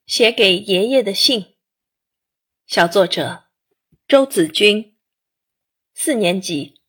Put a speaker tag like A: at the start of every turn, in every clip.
A: 写给爷爷的信，小作者周子君，4年级。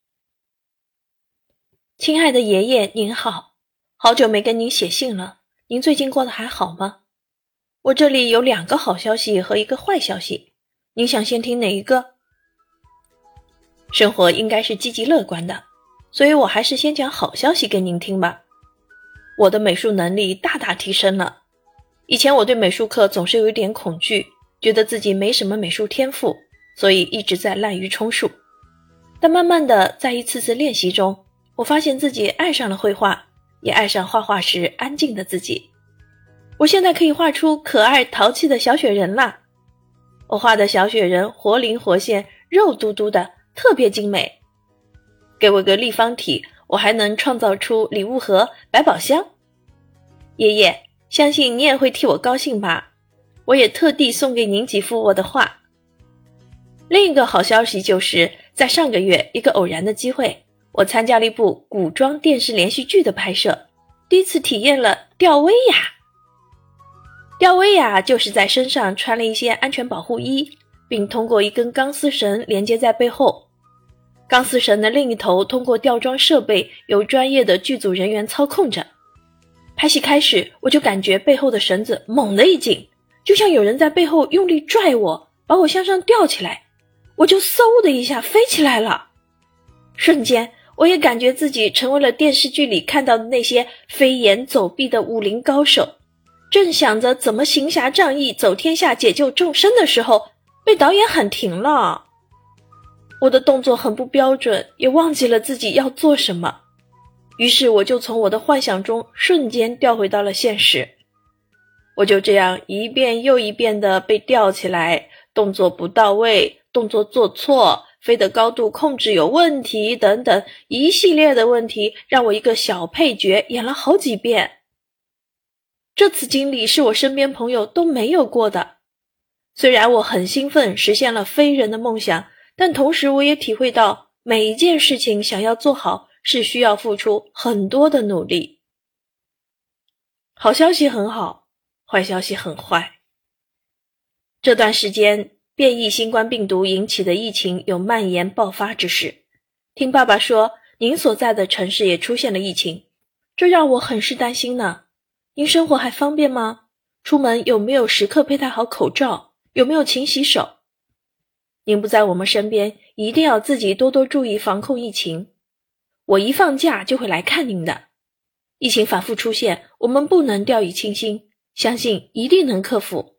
A: 亲爱的爷爷您好，好久没跟您写信了，您最近过得还好吗？我这里有2个好消息和1个坏消息，您想先听哪一个？生活应该是积极乐观的，所以我还是先讲好消息给您听吧。我的美术能力大大提升了。以前我对美术课总是有一点恐惧，觉得自己没什么美术天赋，所以一直在滥竽充数。但慢慢的在一次次练习中，我发现自己爱上了绘画，也爱上画画时安静的自己。我现在可以画出可爱淘气的小雪人啦。我画的小雪人活灵活现，肉嘟嘟的，特别精美。给我个立方体，我还能创造出礼物盒、百宝箱。爷爷，相信你也会替我高兴吧，我也特地送给您几幅我的画。另一个好消息就是在上个月一个偶然的机会，我参加了一部古装电视连续剧的拍摄，第一次体验了吊威亚。吊威亚就是在身上穿了一些安全保护衣，并通过一根钢丝绳连接在背后，钢丝绳的另一头通过吊装设备由专业的剧组人员操控着。拍戏开始，我就感觉背后的绳子猛地一紧，就像有人在背后用力拽我，把我向上吊起来，我就嗖的一下飞起来了。瞬间，我也感觉自己成为了电视剧里看到的那些飞檐走壁的武林高手。正想着怎么行侠仗义走天下解救众生的时候，被导演喊停了。我的动作很不标准，也忘记了自己要做什么。于是我就从我的幻想中瞬间掉回到了现实。我就这样一遍又一遍地被吊起来，动作不到位，动作做错，飞的高度控制有问题等等，一系列的问题让我一个小配角演了好几遍。这次经历是我身边朋友都没有过的。虽然我很兴奋实现了飞人的梦想，但同时我也体会到每一件事情想要做好是需要付出很多的努力。好消息很好，坏消息很坏。这段时间，变异新冠病毒引起的疫情有蔓延爆发之势。听爸爸说，您所在的城市也出现了疫情，这让我很是担心呢。您生活还方便吗？出门有没有时刻佩戴好口罩？有没有勤洗手？您不在我们身边，一定要自己多多注意防控疫情。我一放假就会来看您的。疫情反复出现，我们不能掉以轻心，相信一定能克服。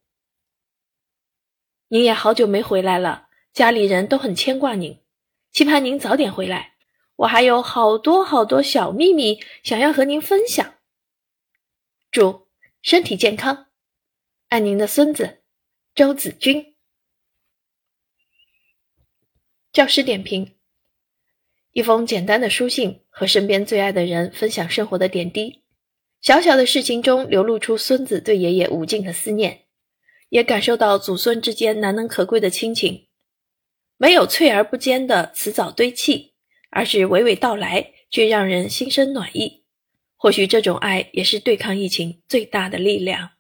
A: 您也好久没回来了，家里人都很牵挂您，期盼您早点回来。我还有好多好多小秘密想要和您分享。祝身体健康，爱您的孙子周子君。教师点评：一封简单的书信，和身边最爱的人分享生活的点滴，小小的事情中流露出孙子对爷爷无尽的思念，也感受到祖孙之间难能可贵的亲情。没有脆而不坚的辞藻堆砌，而是娓娓道来，却让人心生暖意。或许这种爱也是对抗疫情最大的力量。